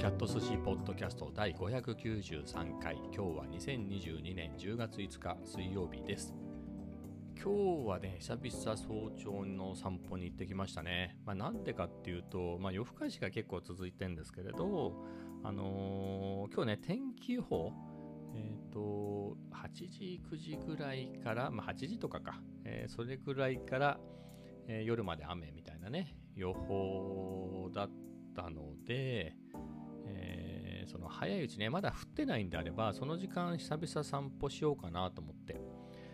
キャット寿司ポッドキャスト第593回。今日は2022年10月5日水曜日です。今日はね、久々早朝の散歩に行ってきましたね。なんでかっていうと、夜更かしが結構続いてるんですけれど、今日ね、天気予報、8時、9時ぐらいから、8時とかか、それぐらいから、夜まで雨みたいなね、予報だったので、その早いうちね、まだ降ってないんであれば、その時間久々散歩しようかなと思って、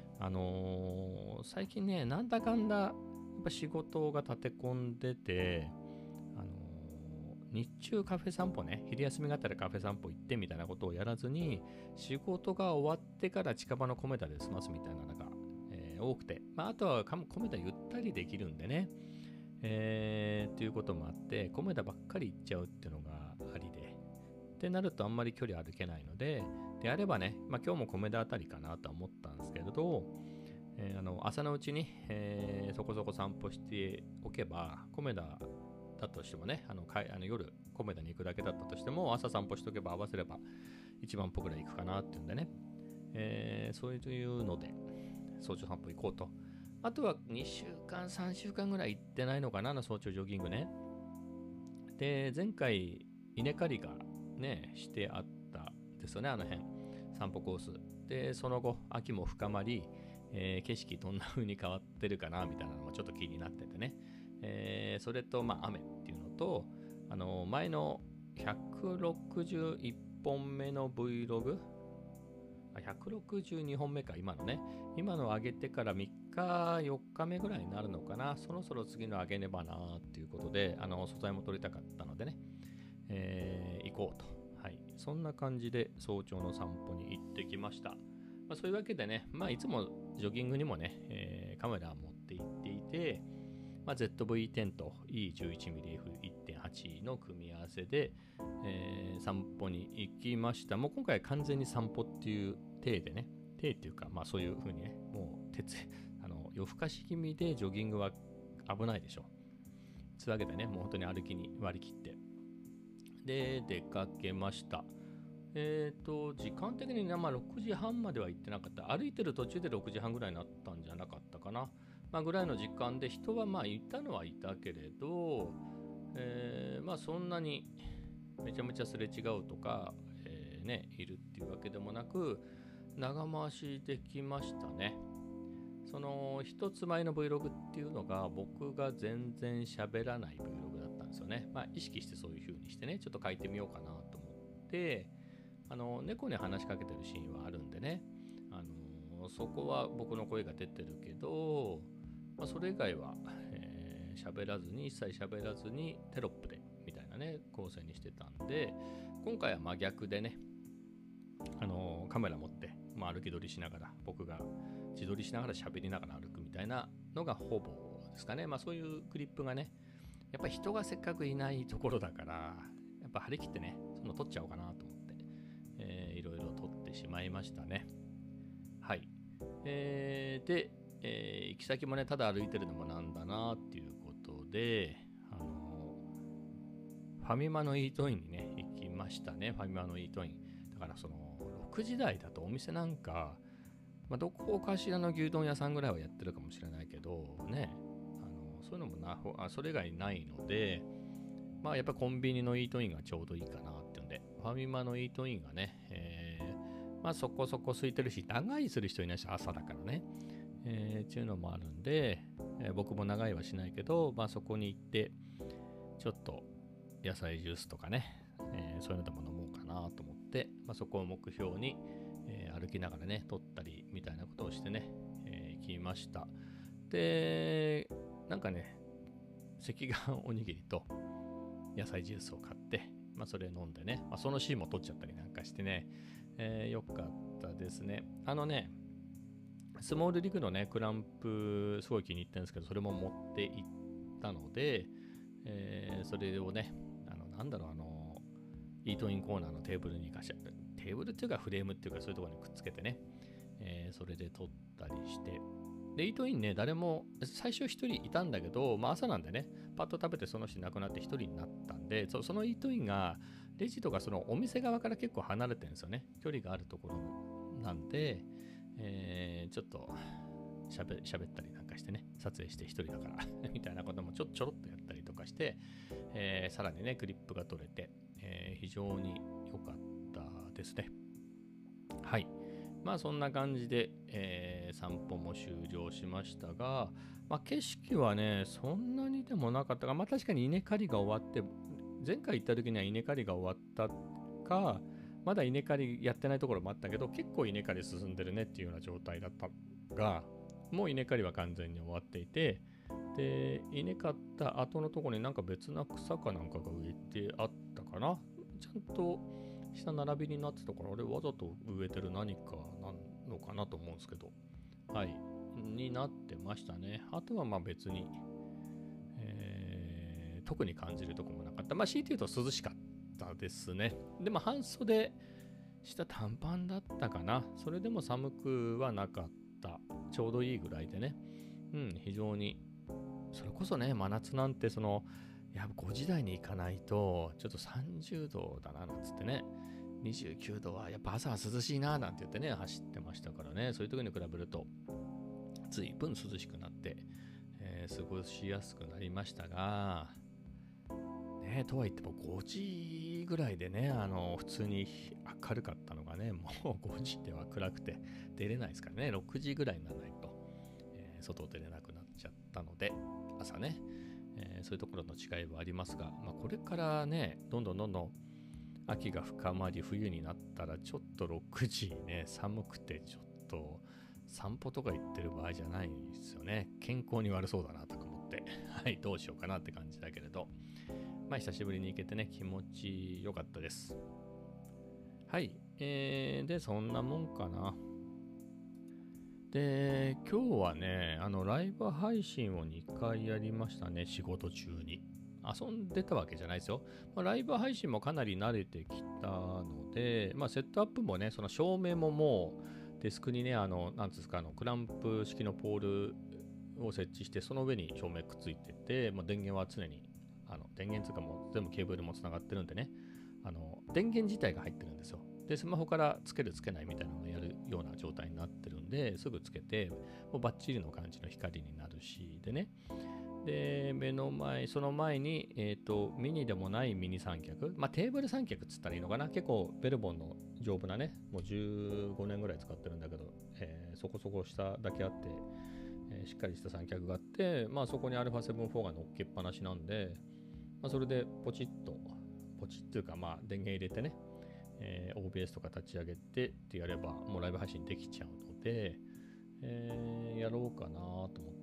最近ね、なんだかんだやっぱ仕事が立て込んでて、日中カフェ散歩ね、昼休みがあったらカフェ散歩行ってみたいなことをやらずに、仕事が終わってから近場のコメダで済ますみたいなのが、多くて、あとはコメダゆったりできるんでね、っていうこともあって、コメダばっかり行っちゃうっていうのがありで、ってなるとあんまり距離歩けないので、であればね、今日もコメダあたりかなとは思ったんですけれど、朝のうちに、そこそこ散歩しておけば、コメダだとしてもね、夜コメダに行くだけだったとしても、朝散歩しとけば合わせれば1万歩ぐらい行くかなっていうんでね、そういうので早朝散歩行こうと。あとは2週間3週間ぐらい行ってないのかな、早朝ジョギングね。で、前回稲刈りがねしてあったんですよね、あの辺散歩コースで。その後秋も深まり、景色どんな風に変わってるかなみたいなのもちょっと気になっててね、それと雨っていうのと、前の161本目の Vlog、162本目か、今の上げてから3日4日目ぐらいになるのかな。そろそろ次の上げねばなっていうことで、素材も取りたかったのでね、行こうと、そんな感じで早朝の散歩に行ってきました。そういうわけでね、いつもジョギングにもね、カメラを持って行っていて、ZV-10 と E11mm-F1.8 の組み合わせで、散歩に行きました。もう今回は完全に散歩っていう体でね、体っていうか、そういう風にね、もう夜更かし気味でジョギングは危ないでしょ。つうわけでね、もう本当に歩きに割り切って、で、出かけました。時間的に6時半までは行ってなかった。歩いてる途中で6時半ぐらいになったんじゃなかったかな。ぐらいの時間で、人はいたのはいたけれど、そんなにめちゃめちゃすれ違うとか、いるっていうわけでもなく、長回しできましたね。その一つ前の Vlog っていうのが、僕が全然喋らない Vlog だったんですよね。意識してそういう風にしてね、ちょっと書いてみようかなと思って、猫に話しかけてるシーンはあるんでね、そこは僕の声が出てるけど、それ以外は喋らずに、一切喋らずにテロップでみたいなね構成にしてたんで、今回は真逆でね、カメラ持って、歩き撮りしながら、僕が自撮りしながら喋りながら歩くみたいなのがほぼですかね。そういうクリップがね、やっぱ人がせっかくいないところだから、やっぱ張り切ってね、その撮っちゃおうかなと思って、いろいろ撮ってしまいましたね。はい。で、行き先もね、ただ歩いてるのもなんだなっていうことで、ファミマのイートインにね、行きましたね。ファミマのイートイン。だからその、6時台だとお店なんか、どこかしらの牛丼屋さんぐらいはやってるかもしれないけど、ね、そういうのもそれ以外ないので、やっぱコンビニのイートインがちょうどいいかなっていうんで、ファミマのイートインがね、そこそこ空いてるし、長居する人いないし、朝だからね、っていうのもあるんで、僕も長居はしないけど、そこに行って、ちょっと野菜ジュースとかね、そういうのでも飲もうかなと思って、そこを目標に、歩きながらね、撮ったりみたいなことをしてね、行きました。で、なんかね、赤飯おにぎりと野菜ジュースを買って、それ飲んでね、そのシーンも撮っちゃったりなんかしてね、よかったですね。スモールリグのね、クランプすごい気に入ってるんですけど、それも持って行ったので、それをね、イートインコーナーのテーブルにテーブルっていうかフレームっていうかそういうところにくっつけてね、それで撮ったりして、でイートインね、誰も最初1人いたんだけど、朝なんでね、パッと食べてその人いなくなって1人になったんで、そのイートインがレジとかそのお店側から結構離れてるんですよね。距離があるところなんで、ちょっと喋ったりなんかしてね、撮影して一人だからみたいなこともちょろっとやったりとかして、さらにねクリップが取れて、非常に良かったですね。はい。まあそんな感じで、散歩も終了しましたが、まあ、景色はねそんなにでもなかったが、まあ確かに稲刈りが終わって、前回行った時には稲刈りが終わったか、まだ稲刈りやってないところもあったけど、結構稲刈り進んでるねっていうような状態だったが、もう稲刈りは完全に終わっていて、で稲刈った後のところになんか別な草かなんかが植えてあったかな。ちゃんと下並びになってたから、あれわざと植えてる何かなのかなと思うんですけど、はいになってましたね。あとはまあ別に、特に感じるところもなかった。まあ強いて言うと涼しかったですね。でも半袖下短パンだったかな。それでも寒くはなかった。ちょうどいいぐらいでね。非常に。それこそね、真夏なんてやっぱ5時台に行かないと、ちょっと30度だななんつってね、29度はやっぱ朝は涼しいななんて言ってね、走ってましたからね、そういう時に比べると、随分涼しくなって、過ごしやすくなりましたが、ね、とはいっても5時ぐらいでね、普通に明るかったのがね、もう5時では暗くて出れないですからね、6時ぐらいにならないと、外出れなくなっちゃったので、朝ね、そういうところの違いはありますが、まあ、これからね、どんどん秋が深まり冬になったら、ちょっと6時ね、寒くてちょっと散歩とか行ってる場合じゃないんですよね。健康に悪そうだなとか思って、はい、どうしようかなって感じだけれど、まあ久しぶりに行けてね、気持ちよかったです。はい、でそんなもんかな。で今日はね、ライブ配信を2回やりましたね。仕事中に遊んでたわけじゃないですよ。まあ、ライブ配信もかなり慣れてきたので、まあ、セットアップもね、その照明ももうデスクにね、なんですか、クランプ式のポールを設置して、その上に照明くっついてて、まあ、電源は常に電源とかも全部ケーブルもつながってるんでね、電源自体が入ってるんですよ。でスマホからつけるつけないみたいなのをやるような状態になってるんで、すぐつけてもうバッチリの感じの光になるし、でね、でその前に、ミニでもないミニ三脚、まあテーブル三脚っつったらいいのかな。結構ベルボンの丈夫なね、もう15年ぐらい使ってるんだけど、そこそこ下だけあって、しっかりした三脚があって、まあそこに α7-4 が乗っけっぱなしなんで、まあ、それでポチっていうか、まあ電源入れてね、OBS とか立ち上げてってやればもうライブ配信できちゃうので、やろうかなと思って、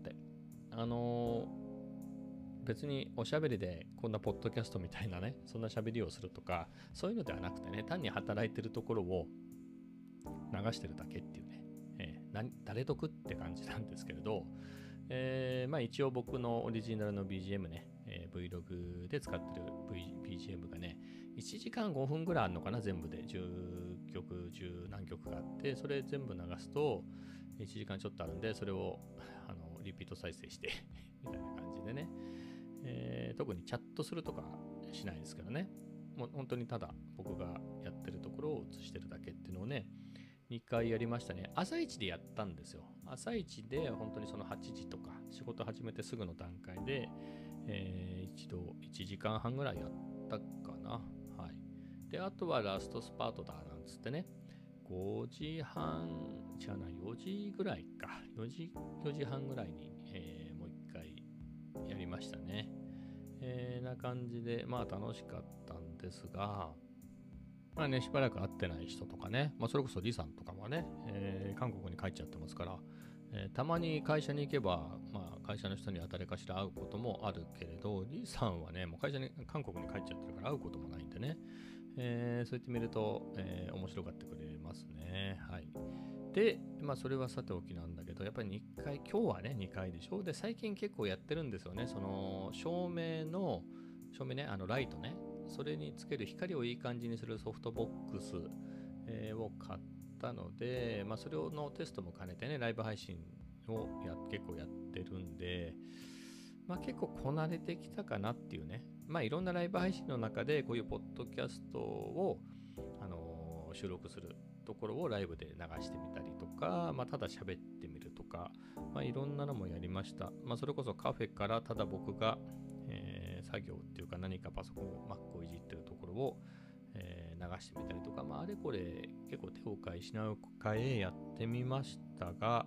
別におしゃべりでこんなポッドキャストみたいなね、そんなしゃべりをするとかそういうのではなくてね、単に働いてるところを流してるだけっていうね、誰得って感じなんですけれど、まあ一応僕のオリジナルの BGM ね、Vlog で使ってる BGM がね、1時間5分ぐらいあるのかな、全部で10曲10何曲があって、それ全部流すと1時間ちょっとあるんで、それをリピート再生してみたいな感じでね、特にチャットするとかしないですけどね、もう本当にただ僕がやってるところを映してるだけっていうのをね、2回やりましたね。朝一でやったんですよ。朝一で本当にその8時とか仕事始めてすぐの段階で、一度1時間半ぐらいやったかな。はい。で、あとはラストスパートだなんつってね、5時半じゃない、4時ぐらいか。4時半ぐらいに、もう1回やりましたね。な感じで、まあ楽しかったんですが、まあね、しばらく会ってない人とかね、まあそれこそリさんとかはね、韓国に帰っちゃってますから、たまに会社に行けば、まあ会社の人には誰かしら会うこともあるけれど、リさんはね、もう韓国に帰っちゃってるから会うこともないんでね、そうやって見ると、面白がってくれますね。はい。で、まあそれはさておきなんだけど、やっぱり2回、今日はね、2回でしょ。で、最近結構やってるんですよね。その照明ね、ライトね、それにつける光をいい感じにするソフトボックス、を買ったので、まあそれのテストも兼ねてね、ライブ配信を結構やってるんで、まあ結構こなれてきたかなっていうねまあいろんなライブ配信の中でこういうポッドキャストを、収録するところをライブで流してみたりとか、まあ、ただ喋ってみるとか、まあ、いろんなのもやりました。まあ、それこそカフェからただ僕が、作業っていうか何かパソコン、Mac をいじってるところを、流してみたりとか、まあ、あれこれ結構手を変え品を変えやってみましたが、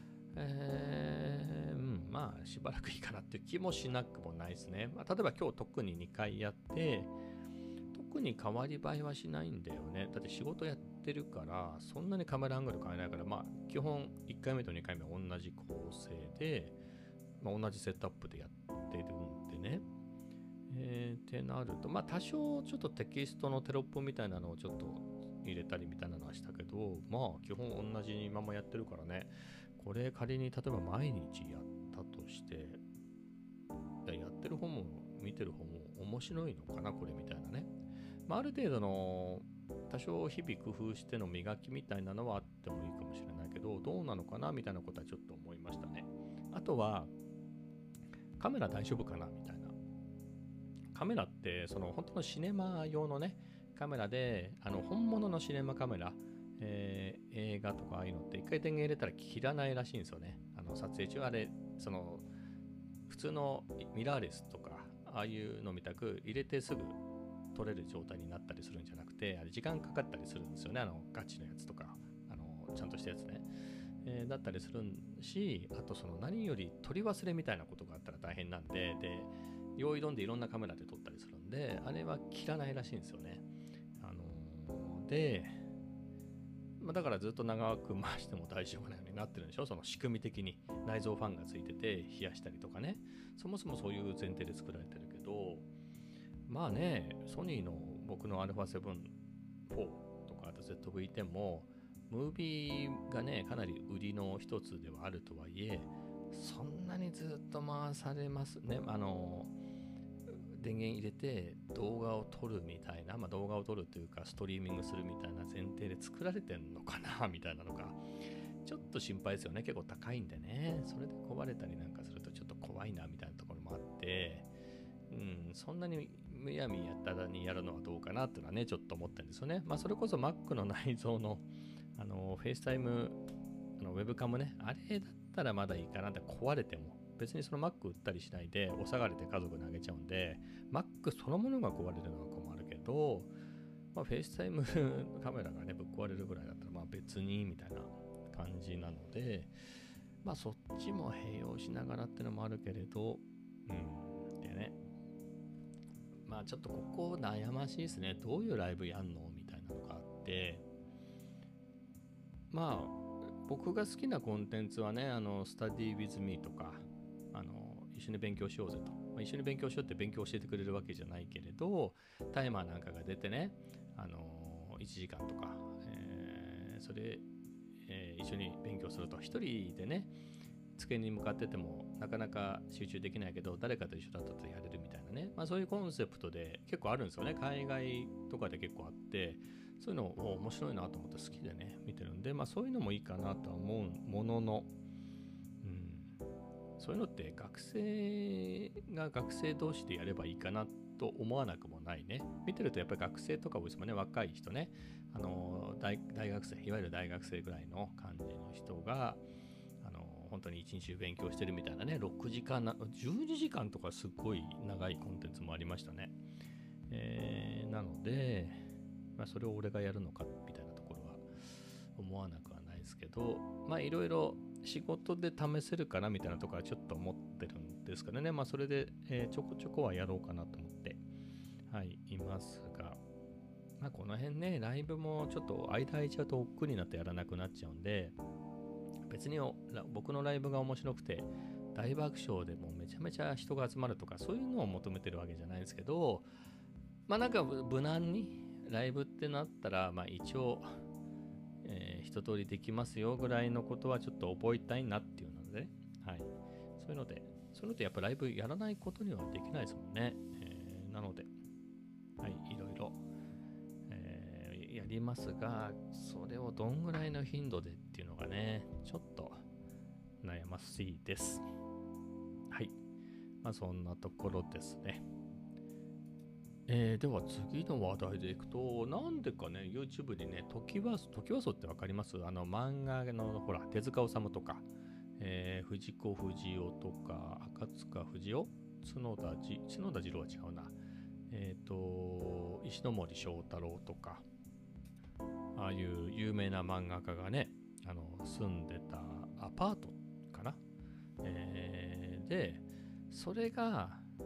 まあしばらくいいかなっていう気もしなくもないですね。まあ、例えば今日特に2回やって、特に変わり映えはしないんだよね。だって仕事やってるから、そんなにカメラアングル変えないから、まあ基本1回目と2回目は同じ構成で、まあ、同じセットアップでやってるんでね。ってなると、まあ多少ちょっとテキストのテロップみたいなのをちょっと入れたりみたいなのはしたけど、まあ基本同じままやってるからね。これ仮に例えば毎日やったとして、やってる方も見てる方も面白いのかなこれみたいなね。まあ、ある程度の多少日々工夫しての磨きみたいなのはあってもいいかもしれないけど、どうなのかなみたいなことはちょっと思いましたね。あとはカメラ大丈夫かなみたいな。カメラってその本当のシネマ用のねカメラで、本物のシネマカメラ、映画とかああいうのって一回電源入れたら切らないらしいんですよね。撮影中あれその普通のミラーレスとかああいうのみたく入れてすぐ撮れる状態になったりするんじゃなくて、あれ時間かかったりするんですよね。ガチのやつとかちゃんとしたやつね、だったりするし、あとその何より撮り忘れみたいなことがあったら大変なんで、用意どんでいろんなカメラで撮ったりするんで、あれは切らないらしいんですよね。だからずっと長く回しても大丈夫なようになってるんでしょ。その仕組み的に内蔵ファンがついてて冷やしたりとかね、そもそもそういう前提で作られてるけど、まあね、ソニーの僕の α7-4 とかあと ZV-10 もムービーがねかなり売りの一つではあるとはいえ、そんなにずっと回されますね。電源入れて動画を撮るみたいな、まあ、動画を撮るというかストリーミングするみたいな前提で作られてんのかなみたいなのがちょっと心配ですよね。結構高いんでね、それで壊れたりなんかするとちょっと怖いなみたいなところもあって、そんなにむやみやったらにやるのはどうかなっていうのはねちょっと思ってるんですよね。まあそれこそ Mac の内蔵のフェイスタイムウェブカムね、あれだったらまだいいかなって。壊れても別にその Mac 売ったりしないでお下がりで家族にあげちゃうんで、 Mac そのものが壊れるのは困るけど、まあ、フェイスタイムカメラがねぶっ壊れるぐらいだったらまあ別にみたいな感じなので、まあそっちも併用しながらってのもあるけれど、でね、まあちょっとここ悩ましいですね。どういうライブやんのみたいなのがあって、まあ僕が好きなコンテンツはね、スタディ with me とか、一緒に勉強しようぜと、まあ、一緒に勉強しようって勉強教えてくれるわけじゃないけれど、タイマーなんかが出てね、1時間とか、それ、一緒に勉強すると一人でね机に向かっててもなかなか集中できないけど誰かと一緒だったとやれるみたいなね、まあ、そういうコンセプトで結構あるんですよね。海外とかで結構あって、そういうのを面白いなと思って好きでね見てるんで、まあそういうのもいいかなとは思うものの、そういうのって学生が学生同士でやればいいかなと思わなくもないね。見てるとやっぱり学生とか多いですもんね。若い人ね、大学生、いわゆる大学生ぐらいの感じの人が本当に一日中勉強してるみたいなね、6時間12時間とかすっごい長いコンテンツもありましたね。なので、まあ、それを俺がやるのかみたいなところは思わなくはないですけど、まあいろいろ仕事で試せるかなみたいなところはちょっと思ってるんですけどね。まあそれで、ちょこちょこはやろうかなと思ってはいいますが、まあこの辺ねライブもちょっと間空いちゃうと億劫になってやらなくなっちゃうんで、別に僕のライブが面白くて大爆笑でもうめちゃめちゃ人が集まるとかそういうのを求めてるわけじゃないですけど、まあなんか無難にライブってなったらまあ一応、一通りできますよぐらいのことはちょっと覚えたいなっていうのでね、はい、そういうのってやっぱライブやらないことにはできないですもんね。なのではいいろいろやりますが、それをどんぐらいの頻度でっていうのがねちょっと悩ましいです。はい、まあそんなところですね。 では次の話題でいくと、なんでかね、YouTube にね、トキワ荘ってわかります？漫画の、ほら、手塚治虫とか、藤子不二雄とか、赤塚不二夫、角田次郎は違うな。石ノ森章太郎とか、ああいう有名な漫画家がね、住んでたアパートかな。で、それが、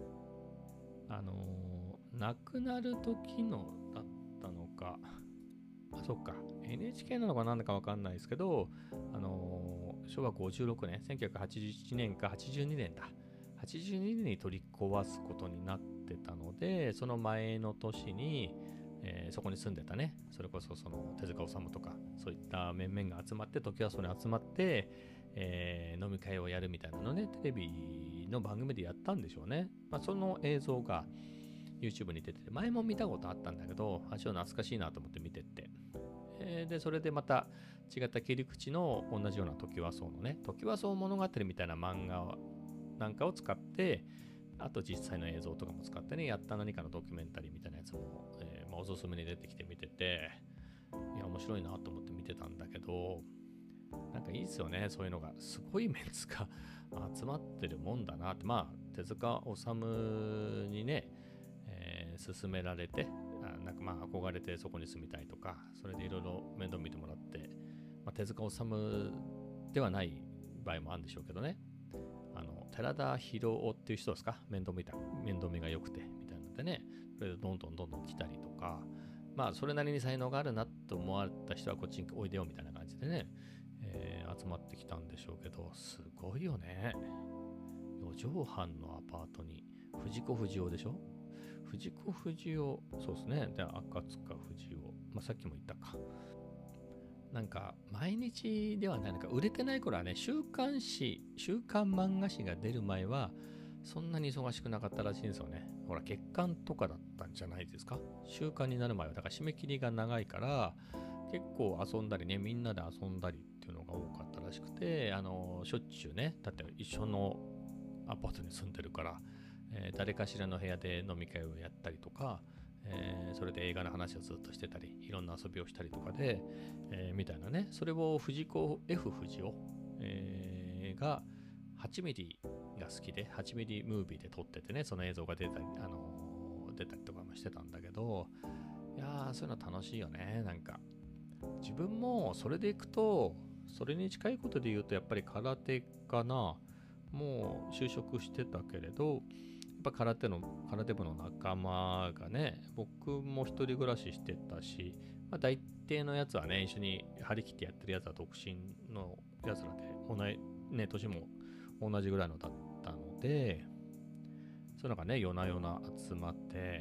亡くなる時のだったのか、そっか、NHK なのかなんだかわかんないですけど、昭和56年、1981年か82年だ。82年に取り壊すことになってたので、その前の年に、そこに住んでたね、それこそその手塚治虫とか、そういった面々が集まって、時はそれ集まって、飲み会をやるみたいなのね、テレビの番組でやったんでしょうね。その映像が YouTube に出てて、前も見たことあったんだけど、ちょっと懐かしいなと思って見てって。で、それでまた違った切り口の同じようなトキワ荘のね、トキワ荘物語みたいな漫画なんかを使って、あと実際の映像とかも使ってね、やった何かのドキュメンタリーみたいなやつも、おすすめに出てきて見てて、いや、面白いなと思って見てたんだけど、なんかいいっすよね、そういうのが。すごいメンツが集まってるもんだなって。手塚治虫にね、勧められて、なんか憧れてそこに住みたいとか、それでいろいろ面倒見てもらって、手塚治虫ではない場合もあるんでしょうけどね。寺田博夫っていう人ですか、面倒見が良くてみたいなのでね、それでどんどん来たりとか、それなりに才能があるなと思われた人はこっちにおいでよみたいな感じでね、集まってきたんでしょうけど、すごいよね。4畳半のアパートに藤子不二雄でしょ。藤子不二雄、そうですね。で、赤塚不二夫、さっきも言ったか。なんか毎日ではない、なんか売れてない頃はね、週刊漫画誌が出る前はそんなに忙しくなかったらしいんですよね。ほら、月刊とかだったんじゃないですか。週刊になる前はだから締め切りが長いから、結構遊んだりね、みんなで遊んだりっていうのが多かったらしくて、しょっちゅうね、だって一緒のアパートに住んでるから、誰かしらの部屋で飲み会をやったりとか、それで映画の話をずっとしてたり、いろんな遊びをしたりとかで、みたいなね、それを藤子 F 不二雄、が8ミリが好きで、8ミリムービーで撮っててね、その映像が出たりとかもしてたんだけど、いやー、そういうの楽しいよね。なんか自分もそれでいくと、それに近いことで言うとやっぱり空手かな。もう就職してたけれど、やっぱ空手部の仲間がね、僕も一人暮らししてたし、大抵のやつはね、一緒に張り切ってやってるやつは独身のやつらで、年も同じぐらいのだったので、そういうのがね、夜な夜な集まって、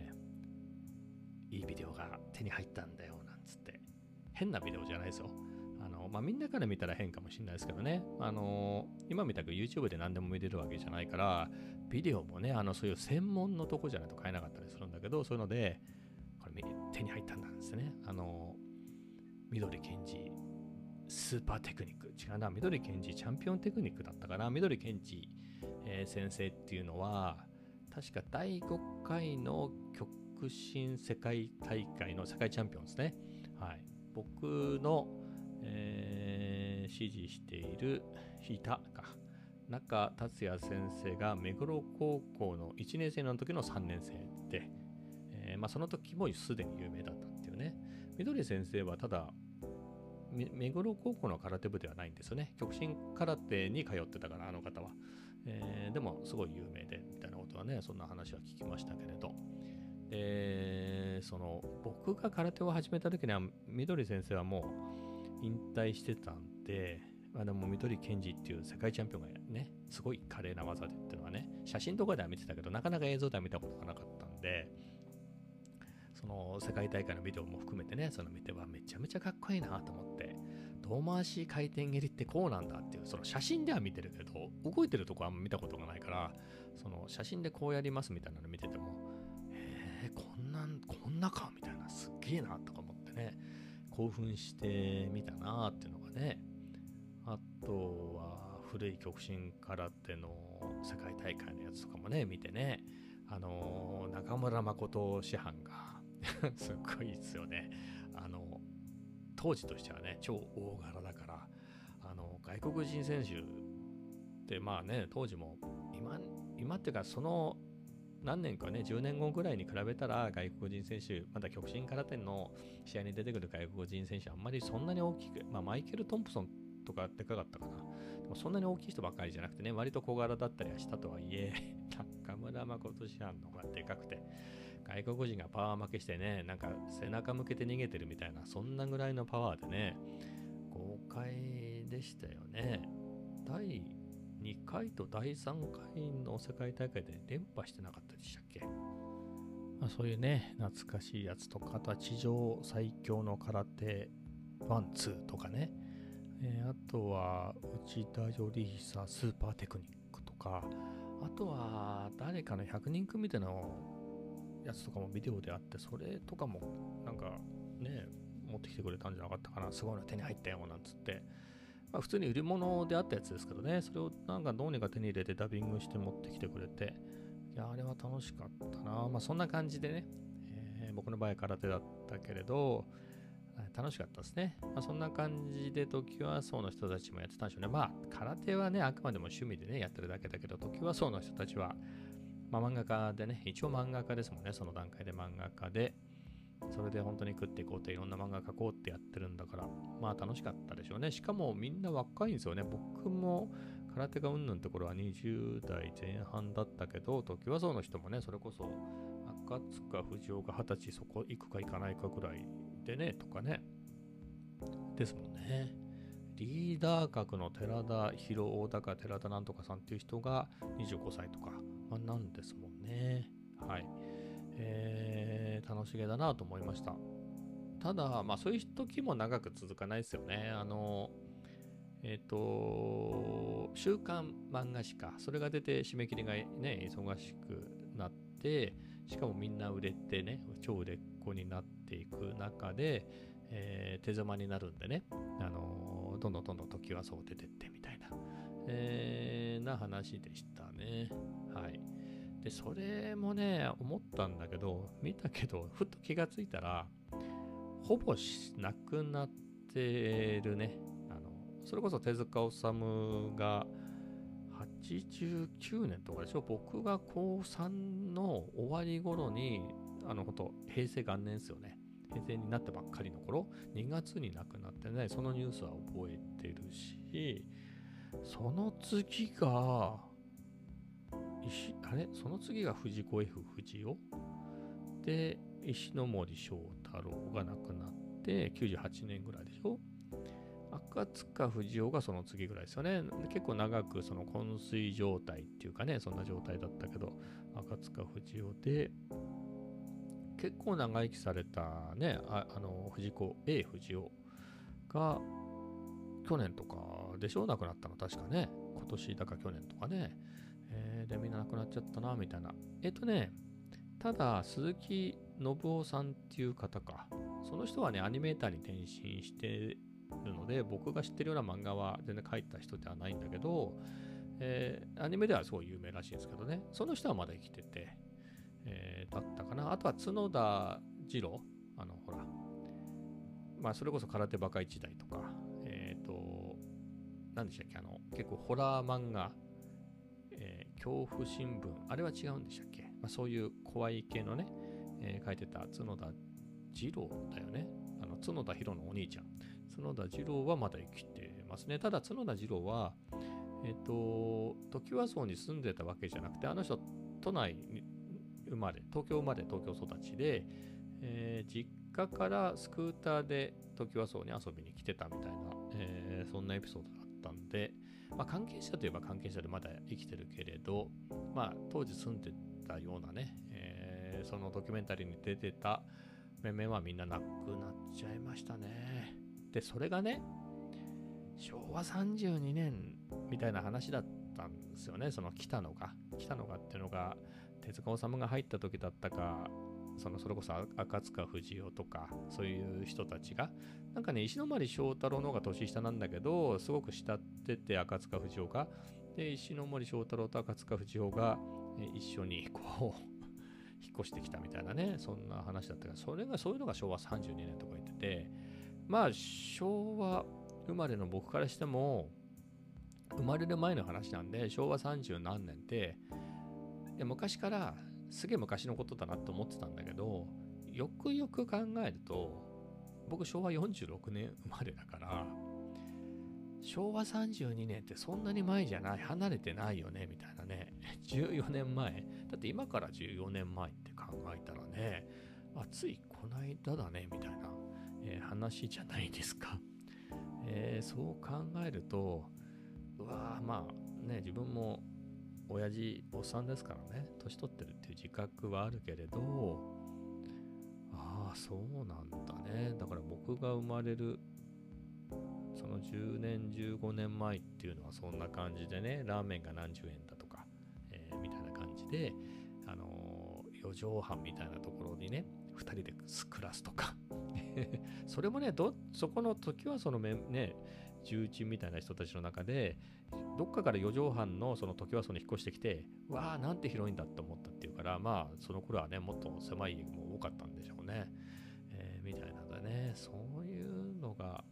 いいビデオが手に入ったんだよなんつって、変なビデオじゃないですよ。みんなから見たら変かもしれないですけどね、今みたく YouTube で何でも見れるわけじゃないから、ビデオもね、そういう専門のとこじゃないと買えなかったりするんだけど、そういうので、これ手に入ったんですね。緑健二スーパーテクニック、違うな、緑健二チャンピオンテクニックだったかな。緑健二、先生っていうのは、確か第5回の極真世界大会の世界チャンピオンですね。はい。僕の支持している中達也先生が目黒高校の1年生の時の3年生で、その時もすでに有名だったっていうね。緑先生はただ目黒高校の空手部ではないんですよね。極真空手に通ってたから、あの方は。でもすごい有名でみたいなことはね、そんな話は聞きましたけれど。僕が空手を始めた時には緑先生はもう引退してたんで、でも緑健二っていう世界チャンピオンがね、すごい華麗な技でっていうのはね、写真とかでは見てたけど、なかなか映像では見たことがなかったんで、その世界大会のビデオも含めてね、その見てはめちゃめちゃかっこいいなと思って、遠回し回転蹴りってこうなんだっていう、その写真では見てるけど、動いてるとこはあんま見たことがないから、その写真でこうやりますみたいなの見てても、こんなかみたいな、すっげえなとか思ってね、興奮してみたなっていうのがね。あとは古い極真空手の世界大会のやつとかもね見てね、 中村誠師範がすごいですよね。当時としてはね、超大柄だから、外国人選手ってまあね、当時も今っていうかその何年かね、10年後ぐらいに比べたら外国人選手、まだ極真空手の試合に出てくる外国人選手あんまりそんなに大きく、マイケル・トンプソンとかでかかったかな。でもそんなに大きい人ばっかりじゃなくてね、割と小柄だったりはしたとはいえ、中村誠師範の方がでかくて、外国人がパワー負けしてね、なんか背中向けて逃げてるみたいな、そんなぐらいのパワーでね、豪快でしたよね。第2回と第3回の世界大会で連覇してなかったでしたっけ？そういうね、懐かしいやつとか、あとは地上最強の空手ワン、ツーとかね、あとは内田頼久スーパーテクニックとか、あとは誰かの100人組でのやつとかもビデオであって、それとかもなんかね、持ってきてくれたんじゃなかったかな。すごいの手に入ったよなんつって、普通に売り物であったやつですけどね、それをなんかどうにか手に入れてダビングして持ってきてくれて、いやあれは楽しかったな。そんな感じでね、僕の場合空手だったけれど楽しかったですね。そんな感じでトキワ荘の人たちもやってたんでしょうね。空手はね、あくまでも趣味でねやってるだけだけど、トキワ荘の人たちは漫画家でね、一応漫画家ですもんね。その段階で漫画家で、それで本当に食っていこうっていろんな漫画描こうってやってるんだから、楽しかったでしょうね。しかもみんな若いんですよね。僕も空手がうんぬんって頃は20代前半だったけど、トキワ荘の人もね、それこそ赤塚不二夫が20歳そこ行くか行かないかぐらいでね、とかね。ですもんね。リーダー格の寺田博夫だか寺田なんとかさんっていう人が25歳とか、なんですもんね。はい。楽しげだなと思いました。ただ、そういう時も長く続かないですよね。週刊漫画誌か。それが出て締め切りがね、忙しくなって、しかもみんな売れてね、超売れっ子になっていく中で、手狭になるんでね、どんどん時はそう出てってみたいな、な話でしたね。はい。で、それもね、思ったんだけど、見たけど、ふっと気がついたら、ほぼなくなってるね。それこそ手塚治虫が89年とかでしょ。僕が高3の終わり頃に、ほんと平成元年ですよね。平成になったばっかりの頃、2月に亡くなってね、そのニュースは覚えてるし、その次が、その次が藤子 F 不二雄で、石ノ森章太郎が亡くなって98年ぐらいでしょ。赤塚不二夫がその次ぐらいですよね。結構長くその昏睡状態っていうかね、そんな状態だったけど、赤塚不二夫で結構長生きされたね、藤子 A 不二雄が去年とかでしょ、亡くなったの確かね。今年だか去年とかね。で、みんな亡くなっちゃったな、みたいな。ただ、鈴木信夫さんっていう方か。その人はね、アニメーターに転身してるので、僕が知ってるような漫画は全然描いた人ではないんだけど、アニメではすごい有名らしいんですけどね。その人はまだ生きてて、だったかな。あとは角田二郎。ほら。それこそ空手バカ一代とか、何でしたっけ、結構ホラー漫画、恐怖新聞、あれは違うんでしたっけ、そういう怖い系のね、書いてた角田二郎だよね。角田博のお兄ちゃん。角田二郎はまだ生きてますね。ただ角田二郎は、トキワ荘に住んでたわけじゃなくて、あの人、都内に生まれ、東京生まれ、東京育ちで、実家からスクーターでトキワ荘に遊びに来てたみたいな、そんなエピソードだったんで、関係者といえば関係者でまだ生きてるけれど、当時住んでたようなね、そのドキュメンタリーに出てた面々はみんな亡くなっちゃいましたね。で、それがね、昭和32年みたいな話だったんですよね。その来たのがっていうのが、手塚治虫が入った時だったか、それこそ赤塚不二夫とか、そういう人たちが、なんかね、石森章太郎の方が年下なんだけど、すごく慕ってて、赤塚不二夫が。で、石森章太郎と赤塚不二夫が、一緒にこう、 引っ越してきたみたいなね、そんな話だったから、そういうのが昭和32年とか言ってて、まあ昭和生まれの僕からしても生まれる前の話なんで、昭和30何年って昔からすげえ昔のことだなと思ってたんだけど、よくよく考えると僕昭和46年生まれだから、昭和32年ってそんなに前じゃない、離れてないよねみたいなね。14年前だって今から14年前って考えたらね、ついこの間だねみたいな、話じゃないですか。そう考えると、まあね、自分も親父おっさんですからね、年取ってるっていう自覚はあるけれど、そうなんだね。だから僕が生まれるその10年15年前っていうのはそんな感じでね、ラーメンが何十円だとか、みたいな感じで、4畳半みたいなところにね2人で暮らすとかそれもね、そこの時はそのね、重鎮みたいな人たちの中でどっかから4畳半のその時はその引っ越してきて、なんて広いんだって思ったっていうから、まあその頃はね、もっと狭い家も多かったんでしょうね、みたいなのでね、そういうのが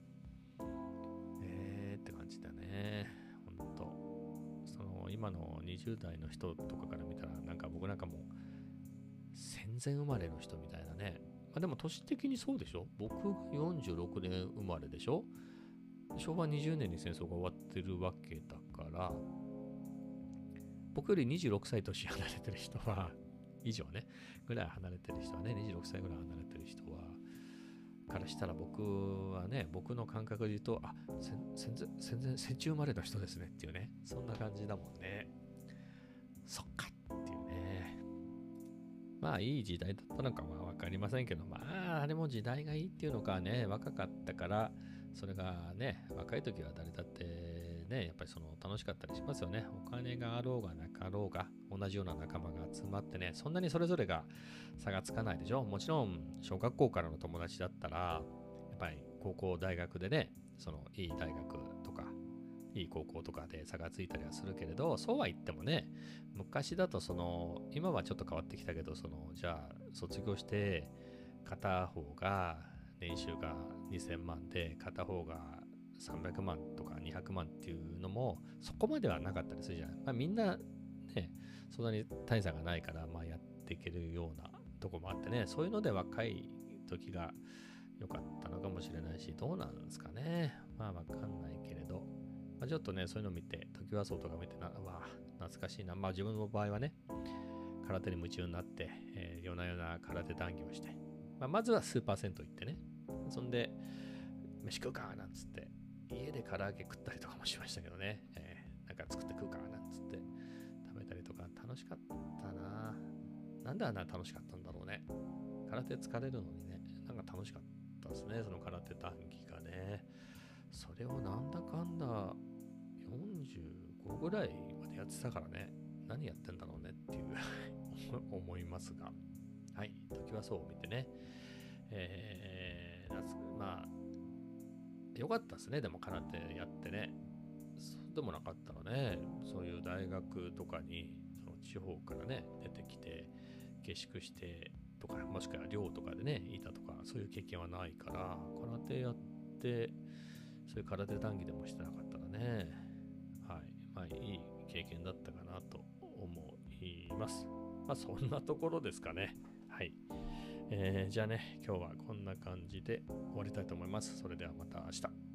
って感じだね。ほんとその今の20代の人とかから見たら、なんか僕なんかもう戦前生まれの人みたいなね。でも年的にそうでしょ。僕が46年生まれでしょ。昭和20年に戦争が終わってるわけだから、僕より26歳年離れてる人は以上ねぐらい離れてる人はね、26歳ぐらい離れてる人はからしたら、僕はね、僕の感覚で言うと、戦中生まれの人ですねっていうね、そんな感じだもんね。そっかっていうね。まあいい時代だったのかは分かりませんけど、あれも時代がいいっていうのかね、若かったから、それがね、若い時は誰だってね、やっぱりその楽しかったりしますよね。お金があろうがなかろうが、同じような仲間が集まってね、そんなにそれぞれが差がつかないでしょ。もちろん小学校からの友達だったら、やっぱり高校大学でね、そのいい大学とかいい高校とかで差がついたりはするけれど、そうは言ってもね、昔だと今はちょっと変わってきたけど、じゃあ卒業して片方が年収が2000万で片方が300万とか200万っていうのもそこまではなかったりするじゃない。みんなね、そんなに大差がないから、やっていけるようなとこもあってね、そういうので若い時が良かったのかもしれないし、どうなんですかね。わかんないけれど、ちょっとね、そういうの見て、トキワ荘とか見て懐かしいな。自分の場合はね、空手に夢中になって、夜な夜な空手談義をして、まずはスーパー銭湯行ってね、そんで、飯食うかなんつって、家で唐揚げ食ったりとかもしましたけどね、なんか作って食うかなんつって食べたりとか、楽しかったな。なんであんな楽しかったんだろうね。空手疲れるのにね、なんか楽しかったですね、その空手談義がね。それをなんだかんだ45ぐらいまでやってたからね、何やってんだろうねっていう思いますが、はい、時はそうを見てね、よかったですね。でも空手やってね。そうでもなかったらね、そういう大学とかにその地方からね出てきて下宿してとか、もしくは寮とかでねいたとか、そういう経験はないから、空手やってそういう空手談義でもしてなかったらね、はい、いい経験だったかなと思います。そんなところですかね。はい。じゃあね、今日はこんな感じで終わりたいと思います。それではまた明日。